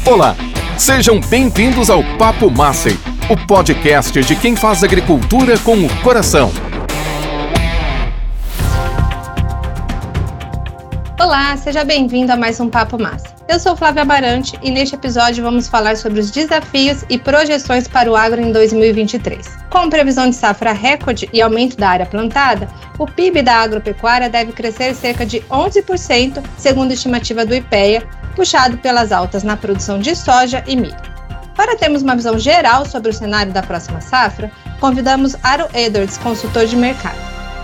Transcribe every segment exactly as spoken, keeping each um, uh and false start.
Olá, sejam bem-vindos ao Papo Massey, o podcast de quem faz agricultura com o coração. Olá, seja bem-vindo a mais um Papo Massey. Eu sou Flávia Amarante e neste episódio vamos falar sobre os desafios e projeções para o agro em dois mil e vinte e três. Com previsão de safra recorde e aumento da área plantada, o P I B da agropecuária deve crescer cerca de onze por cento, segundo a estimativa do IPEA, puxado pelas altas na produção de soja e milho. Para termos uma visão geral sobre o cenário da próxima safra, convidamos Aaron Edwards, consultor de mercado.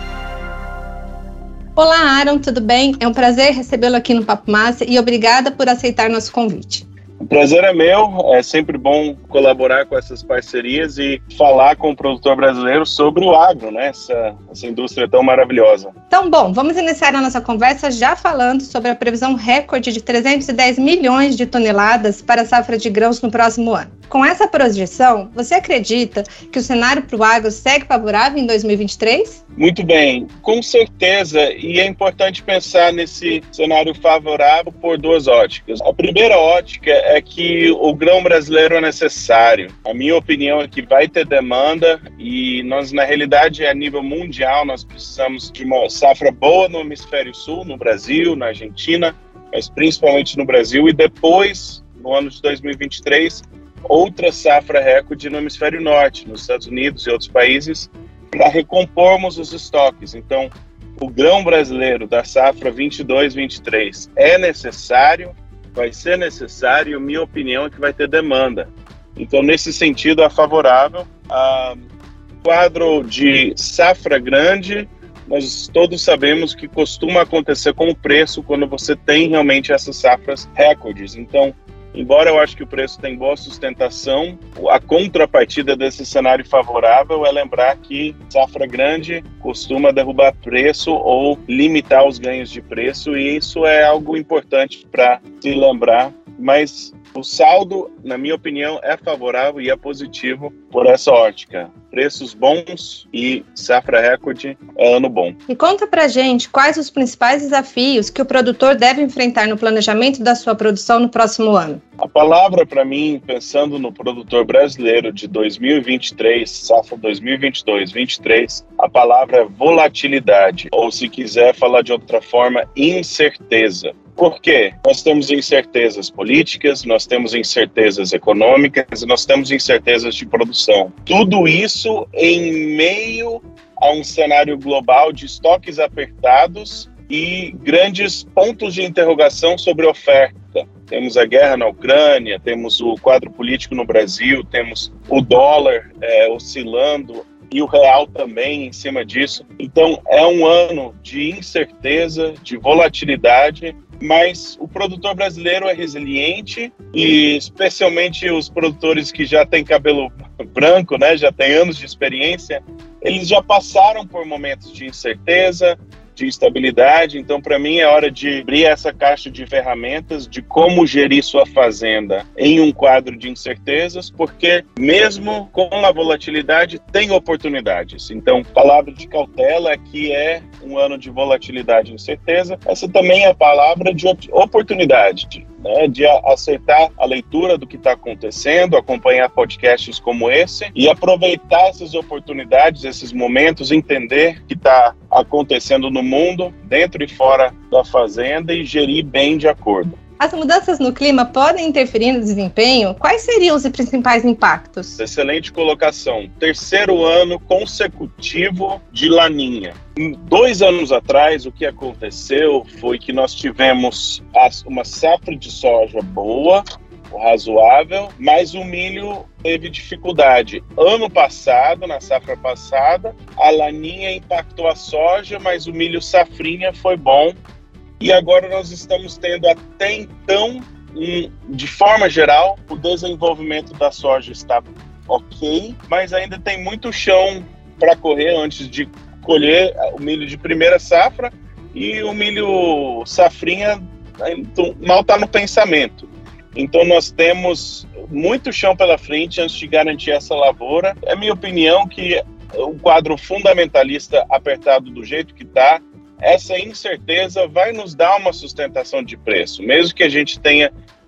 Olá, Aaron, tudo bem? É um prazer recebê-lo aqui no Papo Massey e obrigada por aceitar nosso convite. O prazer é meu, é sempre bom colaborar com essas parcerias e falar com o produtor brasileiro sobre o agro, né? Essa, essa indústria tão maravilhosa. Então, bom, vamos iniciar a nossa conversa já falando sobre a previsão recorde de trezentos e dez milhões de toneladas para a safra de grãos no próximo ano. Com essa projeção, você acredita que o cenário para o agro segue favorável em dois mil e vinte e três? Muito bem, com certeza, e é importante pensar nesse cenário favorável por duas óticas. A primeira ótica é que o grão brasileiro é necessário. A minha opinião é que vai ter demanda e nós, na realidade, a nível mundial, nós precisamos de uma safra boa no hemisfério sul, no Brasil, na Argentina, mas principalmente no Brasil, e depois, no ano de dois mil e vinte e três, outra safra recorde no hemisfério norte, nos Estados Unidos e outros países, para recompormos os estoques. Então, o grão brasileiro da safra vinte e dois vinte e três é necessário, vai ser necessário, e a minha opinião é que vai ter demanda. Então, nesse sentido, é favorável. A quadro de safra grande, nós todos sabemos que costuma acontecer com o preço quando você tem realmente essas safras recordes. Então, embora eu acho que o preço tem boa sustentação, a contrapartida desse cenário favorável é lembrar que safra grande costuma derrubar preço ou limitar os ganhos de preço, e isso é algo importante para se lembrar. Mas o saldo, na minha opinião, é favorável e é positivo por essa ótica. Preços bons e safra recorde é ano bom. E conta pra gente quais os principais desafios que o produtor deve enfrentar no planejamento da sua produção no próximo ano. A palavra para mim, pensando no produtor brasileiro de dois mil e vinte e três, safra dois mil e vinte e dois vinte e três, a palavra é volatilidade, ou se quiser falar de outra forma, incerteza. Por quê? Nós temos incertezas políticas, nós temos incertezas econômicas, nós temos incertezas de produção. Tudo isso em meio a um cenário global de estoques apertados e grandes pontos de interrogação sobre a oferta. Temos a guerra na Ucrânia, temos o quadro político no Brasil, temos o dólar é, oscilando e o real também em cima disso. Então, é um ano de incerteza, de volatilidade, mas o produtor brasileiro é resiliente e especialmente os produtores que já têm cabelo branco, né, já têm anos de experiência, eles já passaram por momentos de incerteza, de instabilidade. Então, para mim, é hora de abrir essa caixa de ferramentas de como gerir sua fazenda em um quadro de incertezas, porque mesmo com a volatilidade, tem oportunidades. Então, palavra de cautela é que é um ano de volatilidade e incerteza. Essa também é a palavra de oportunidade, né, de acertar a leitura do que está acontecendo, acompanhar podcasts como esse e aproveitar essas oportunidades, esses momentos, entender o que está acontecendo no mundo, dentro e fora da fazenda, e gerir bem de acordo. As mudanças no clima podem interferir no desempenho? Quais seriam os principais impactos? Excelente colocação. Terceiro ano consecutivo de laninha. Dois anos atrás, o que aconteceu foi que nós tivemos uma safra de soja boa, razoável, mas o milho teve dificuldade. Ano passado, na safra passada, a laninha impactou a soja, mas o milho safrinha foi bom. E agora nós estamos tendo até então, de forma geral, o desenvolvimento da soja está ok, mas ainda tem muito chão para correr antes de colher o milho de primeira safra, e o milho safrinha mal está no pensamento. Então nós temos muito chão pela frente antes de garantir essa lavoura. É minha opinião que o quadro fundamentalista apertado do jeito que está, essa incerteza vai nos dar uma sustentação de preço, mesmo que a gente tenha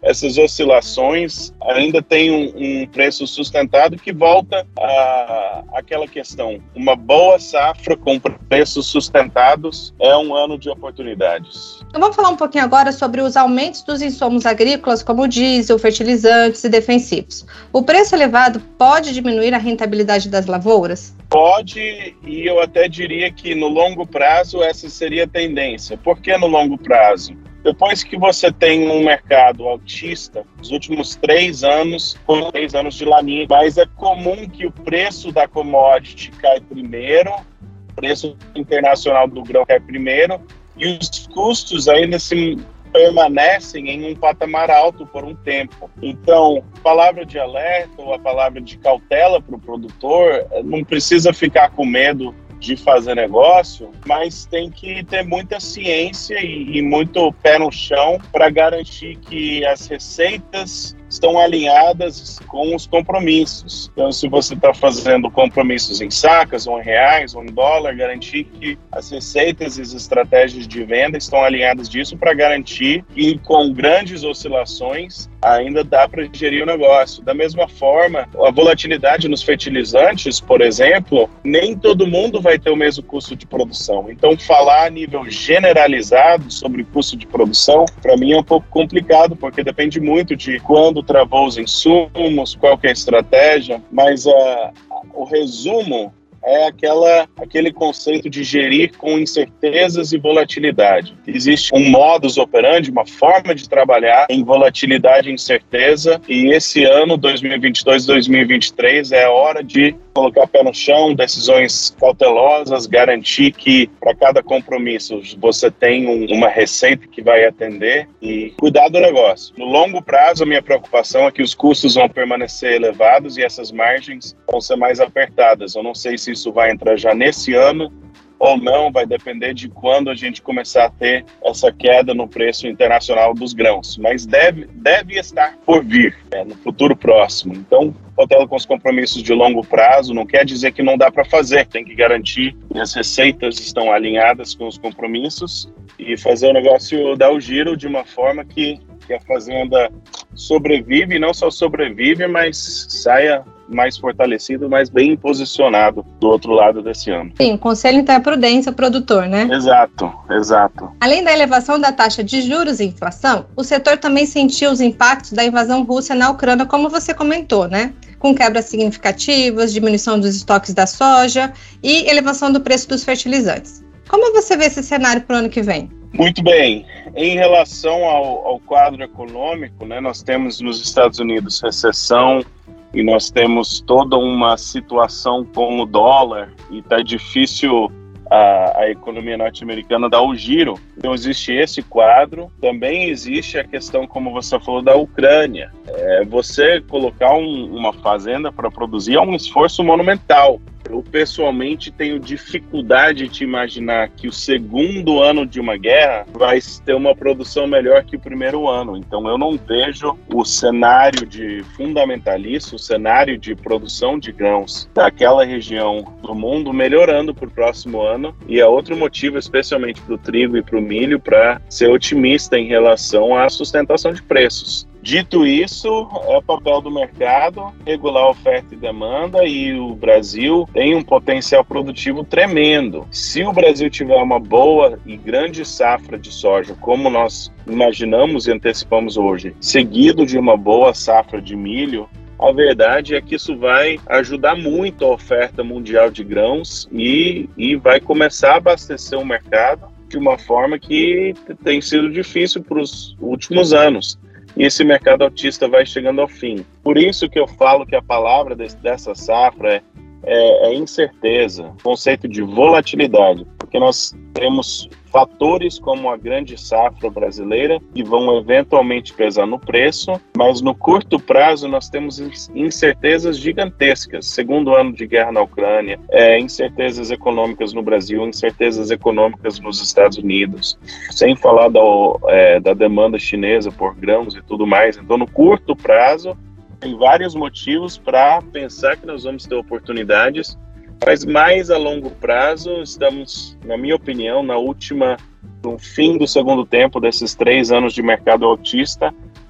essas oscilações ainda têm um, um preço sustentado que volta à, àquela questão. Uma boa safra com preços sustentados é um ano de oportunidades. Então vamos falar um pouquinho agora sobre os aumentos dos insumos agrícolas, como diesel, fertilizantes e defensivos. O preço elevado pode diminuir a rentabilidade das lavouras? Pode, e eu até diria que no longo prazo essa seria a tendência. Por que no longo prazo? Depois que você tem um mercado altista, nos últimos três anos, foram três anos de laninha, mas é comum que o preço da commodity cai primeiro, o preço internacional do grão cai primeiro, e os custos ainda se permanecem em um patamar alto por um tempo. Então, a palavra de alerta ou a palavra de cautela para o produtor, não precisa ficar com medo de fazer negócio, mas tem que ter muita ciência e, e muito pé no chão para garantir que as receitas estão alinhadas com os compromissos. Então, se você está fazendo compromissos em sacas, ou em reais, ou em dólar, garantir que as receitas e as estratégias de venda estão alinhadas disso para garantir que com grandes oscilações ainda dá para gerir o negócio. Da mesma forma, a volatilidade nos fertilizantes, por exemplo, nem todo mundo vai ter o mesmo custo de produção. Então, falar a nível generalizado sobre custo de produção, para mim é um pouco complicado, porque depende muito de quando travou os insumos, qual que é a estratégia, mas uh, o resumo é aquela, aquele conceito de gerir com incertezas e volatilidade. Existe um modus operandi, uma forma de trabalhar em volatilidade e incerteza, e esse ano, dois mil e vinte e dois, dois mil e vinte e três, é a hora de colocar pé no chão, decisões cautelosas, garantir que para cada compromisso você tem um, uma receita que vai atender e cuidar do negócio. No longo prazo, a minha preocupação é que os custos vão permanecer elevados e essas margens vão ser mais apertadas. Eu não sei se isso vai entrar já nesse ano ou não, vai depender de quando a gente começar a ter essa queda no preço internacional dos grãos, mas deve, deve estar por vir, né, no futuro próximo. Então, cautela com os compromissos de longo prazo não quer dizer que não dá para fazer, tem que garantir que as receitas estão alinhadas com os compromissos e fazer o negócio dar o giro de uma forma que, que a fazenda sobrevive, e não só sobrevive, mas saia mais fortalecido, mais bem posicionado do outro lado desse ano. Sim, o conselho então é prudência ao produtor, né? Exato, exato. Além da elevação da taxa de juros e inflação, o setor também sentiu os impactos da invasão russa na Ucrânia, como você comentou, né? Com quebras significativas, diminuição dos estoques da soja e elevação do preço dos fertilizantes. Como você vê esse cenário para o ano que vem? Muito bem. Em relação ao, ao quadro econômico, né, nós temos nos Estados Unidos recessão, e nós temos toda uma situação com o dólar e está difícil a, a economia norte-americana dar o giro. Então existe esse quadro. Também existe a questão, como você falou, da Ucrânia. É, você colocar um, uma fazenda para produzir é um esforço monumental. Eu, pessoalmente, tenho dificuldade de imaginar que o segundo ano de uma guerra vai ter uma produção melhor que o primeiro ano. Então, eu não vejo o cenário de fundamentalista, o cenário de produção de grãos daquela região do mundo melhorando para o próximo ano. E é outro motivo, especialmente para o trigo e para o milho, para ser otimista em relação à sustentação de preços. Dito isso, é papel do mercado regular a oferta e demanda, e o Brasil tem um potencial produtivo tremendo. Se o Brasil tiver uma boa e grande safra de soja, como nós imaginamos e antecipamos hoje, seguido de uma boa safra de milho, a verdade é que isso vai ajudar muito a oferta mundial de grãos e, e vai começar a abastecer o mercado de uma forma que tem sido difícil para os últimos anos. E esse mercado altista vai chegando ao fim. Por isso que eu falo que a palavra desse, dessa safra é, é, é incerteza, conceito de volatilidade, porque nós temos fatores como a grande safra brasileira que vão eventualmente pesar no preço, mas no curto prazo nós temos incertezas gigantescas. Segundo ano de guerra na Ucrânia, é, incertezas econômicas no Brasil, incertezas econômicas nos Estados Unidos, sem falar da, é, da demanda chinesa por grãos e tudo mais. Então, no curto prazo, tem vários motivos para pensar que nós vamos ter oportunidades, mas mais a longo prazo, estamos, na minha opinião, na última, no fim do segundo tempo desses três anos de mercado altista,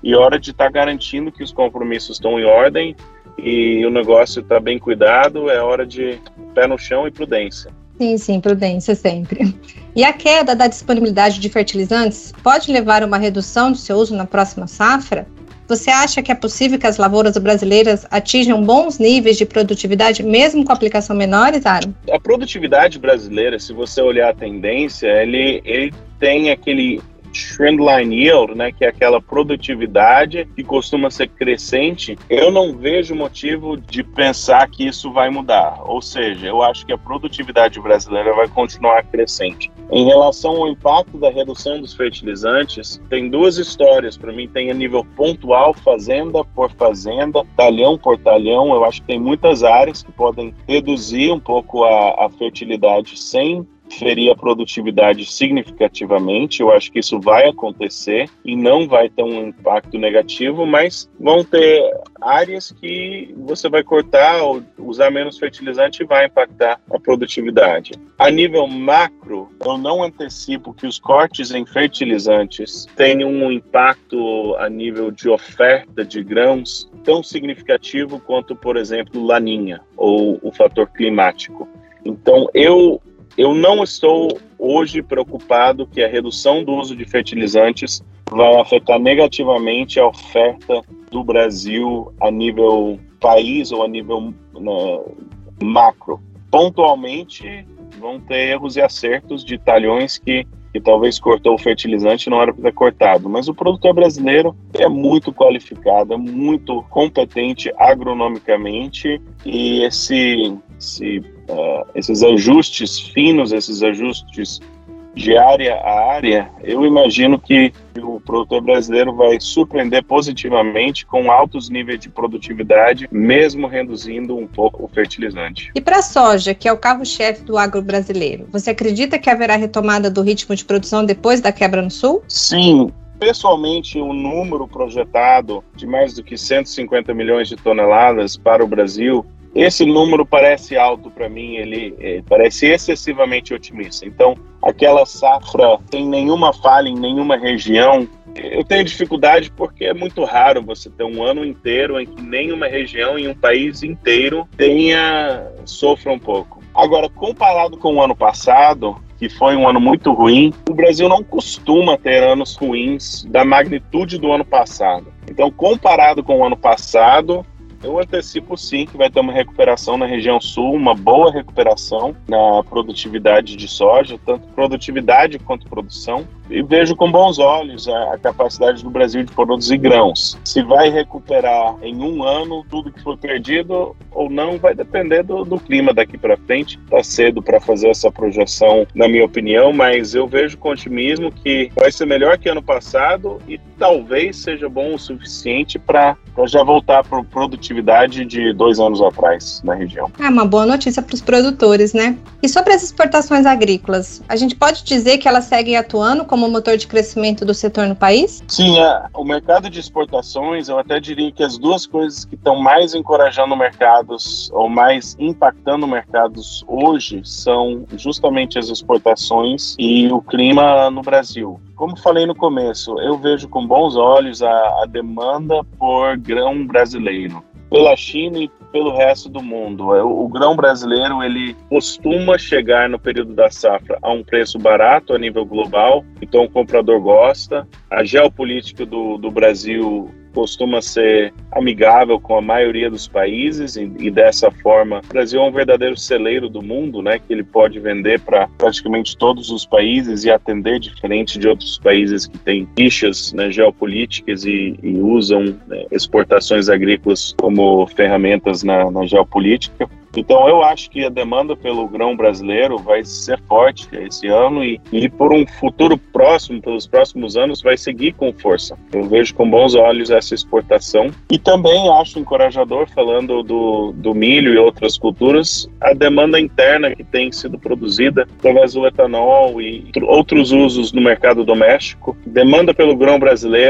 e hora de estar tá garantindo que os compromissos estão em ordem e o negócio está bem cuidado. É hora de pé no chão e prudência. Sim, sim, prudência sempre. E a queda da disponibilidade de fertilizantes pode levar a uma redução do seu uso na próxima safra? Você acha que é possível que as lavouras brasileiras atinjam bons níveis de produtividade, mesmo com aplicação menores, Aaron? A produtividade brasileira, se você olhar a tendência, ele, ele tem aquele trendline yield, né, que é aquela produtividade que costuma ser crescente. Eu não vejo motivo de pensar que isso vai mudar. Ou seja, eu acho que a produtividade brasileira vai continuar crescente. Em relação ao impacto da redução dos fertilizantes, tem duas histórias para mim. Tem a nível pontual, fazenda por fazenda, talhão por talhão. Eu acho que tem muitas áreas que podem reduzir um pouco a, a fertilidade sem ferir a produtividade significativamente. Eu acho que isso vai acontecer e não vai ter um impacto negativo, mas vão ter áreas que você vai cortar ou usar menos fertilizante e vai impactar a produtividade. A nível macro, eu não antecipo que os cortes em fertilizantes tenham um impacto a nível de oferta de grãos tão significativo quanto, por exemplo, laninha ou o fator climático. Então, eu Eu não estou hoje preocupado que a redução do uso de fertilizantes vai afetar negativamente a oferta do Brasil a nível país ou a nível né, macro. Pontualmente, vão ter erros e acertos de talhões que, que talvez cortou o fertilizante e não era para ter cortado. Mas o produtor brasileiro é muito qualificado, é muito competente agronomicamente e esse... esse Uh, esses ajustes finos, esses ajustes de área a área, eu imagino que o produtor brasileiro vai surpreender positivamente com altos níveis de produtividade, mesmo reduzindo um pouco o fertilizante. E para a soja, que é o carro-chefe do agro brasileiro, você acredita que haverá retomada do ritmo de produção depois da quebra no sul? Sim. Pessoalmente, o número projetado de mais do que cento e cinquenta milhões de toneladas para o Brasil, esse número parece alto para mim, ele é, parece excessivamente otimista. Então, aquela safra sem nenhuma falha em nenhuma região, eu tenho dificuldade porque é muito raro você ter um ano inteiro em que nenhuma região em um país inteiro tenha, sofra um pouco. Agora, comparado com o ano passado, que foi um ano muito ruim, o Brasil não costuma ter anos ruins da magnitude do ano passado. Então, comparado com o ano passado, eu antecipo sim que vai ter uma recuperação na região sul, uma boa recuperação na produtividade de soja, tanto produtividade quanto produção, e vejo com bons olhos a, a capacidade do Brasil de produzir grãos. Se vai recuperar em um ano tudo que foi perdido ou não, vai depender do, do clima daqui para frente. Está cedo para fazer essa projeção, na minha opinião, mas eu vejo com otimismo que vai ser melhor que ano passado e talvez seja bom o suficiente para já voltar para a produtividade de dois anos atrás na região. É uma boa notícia para os produtores, né? E sobre as exportações agrícolas, a gente pode dizer que elas seguem atuando como motor de crescimento do setor no país? Sim, é, o mercado de exportações, eu até diria que as duas coisas que estão mais encorajando mercados ou mais impactando mercados hoje são justamente as exportações e o clima no Brasil. Como falei no começo, eu vejo com bons olhos a, a demanda por grão brasileiro, pela China e pelo resto do mundo. O, o grão brasileiro, ele costuma chegar no período da safra a um preço barato a nível global, então o comprador gosta. A geopolítica do, do Brasil costuma ser amigável com a maioria dos países e, e dessa forma o Brasil é um verdadeiro celeiro do mundo, né, que ele pode vender para praticamente todos os países e atender diferente de outros países que têm rixas, né, geopolíticas e, e usam, né, exportações agrícolas como ferramentas na, na geopolítica. Então eu acho que a demanda pelo grão brasileiro vai ser forte esse ano e, e por um futuro próximo, pelos próximos anos, vai seguir com força. Eu vejo com bons olhos essa exportação e também acho encorajador, falando do, do milho e outras culturas, a demanda interna que tem sido produzida através do etanol e outros usos no mercado doméstico. Demanda pelo grão brasileiro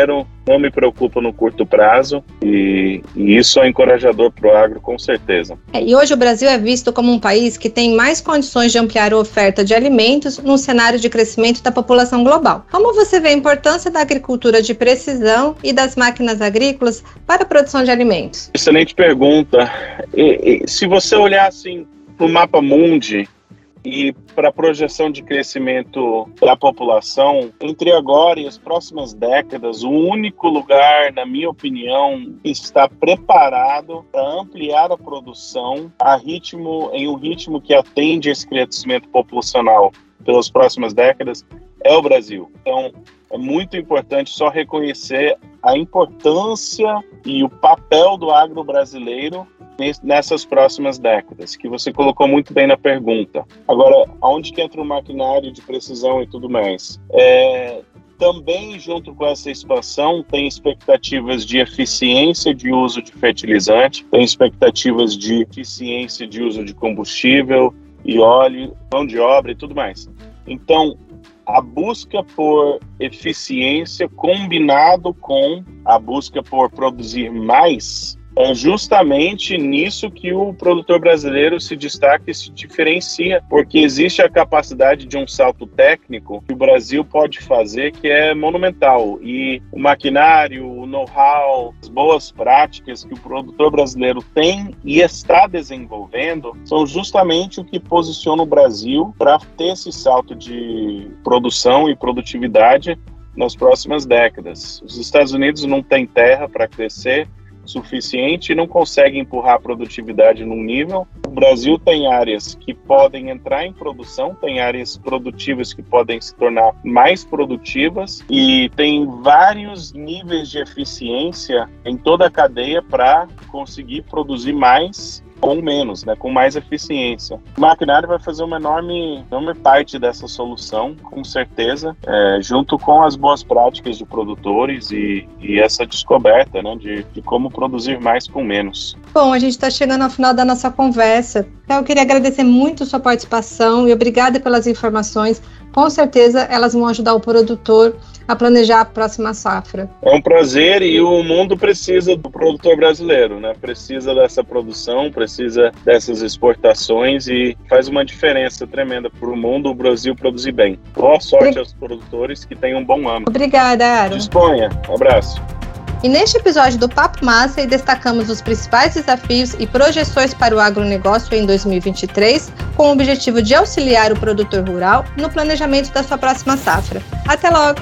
não me preocupa no curto prazo e, e isso é encorajador para o agro, com certeza. É, e hoje o Brasil é visto como um país que tem mais condições de ampliar a oferta de alimentos num cenário de crescimento da população global. Como você vê a importância da agricultura de precisão e das máquinas agrícolas para a produção de alimentos? Excelente pergunta. E, e, se você olhar assim para o mapa mundi e para a projeção de crescimento da população, entre agora e as próximas décadas, o único lugar, na minha opinião, que está preparado para ampliar a produção a ritmo, em um ritmo que atende esse crescimento populacional pelas próximas décadas é o Brasil. Então, é muito importante só reconhecer a importância e o papel do agro brasileiro nessas próximas décadas, que você colocou muito bem na pergunta. Agora, aonde que entra o maquinário de precisão e tudo mais? É, também, junto com essa expansão, tem expectativas de eficiência de uso de fertilizante, tem expectativas de eficiência de uso de combustível e óleo, mão de obra e tudo mais. Então, a busca por eficiência combinado com a busca por produzir mais é justamente nisso que o produtor brasileiro se destaca e se diferencia, porque existe a capacidade de um salto técnico que o Brasil pode fazer que é monumental, e o maquinário, o know-how, as boas práticas que o produtor brasileiro tem e está desenvolvendo são justamente o que posiciona o Brasil para ter esse salto de produção e produtividade nas próximas décadas. Os Estados Unidos não têm terra para crescer suficiente e não consegue empurrar a produtividade num nível. O Brasil tem áreas que podem entrar em produção, tem áreas produtivas que podem se tornar mais produtivas e tem vários níveis de eficiência em toda a cadeia para conseguir produzir mais com menos, né, com mais eficiência. O maquinário vai fazer uma enorme, enorme parte dessa solução, com certeza, é, junto com as boas práticas de produtores e, e essa descoberta, né, de, de como produzir mais com menos. Bom, a gente está chegando ao final da nossa conversa, então eu queria agradecer muito a sua participação e obrigada pelas informações. Com certeza elas vão ajudar o produtor a planejar a próxima safra. É um prazer e o mundo precisa do produtor brasileiro, né? Precisa dessa produção, precisa dessas exportações e faz uma diferença tremenda para o mundo o Brasil produzir bem. Boa sorte Obrig... aos produtores, que tenham um bom ano. Obrigada, Aaron. Disponha. Um abraço. E neste episódio do Papo Massa, destacamos os principais desafios e projeções para o agronegócio em dois mil e vinte e três, com o objetivo de auxiliar o produtor rural no planejamento da sua próxima safra. Até logo!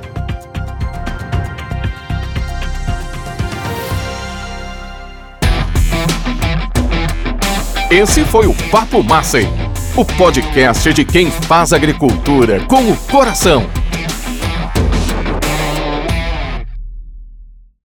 Esse foi o Papo Massa, o podcast de quem faz agricultura com o coração.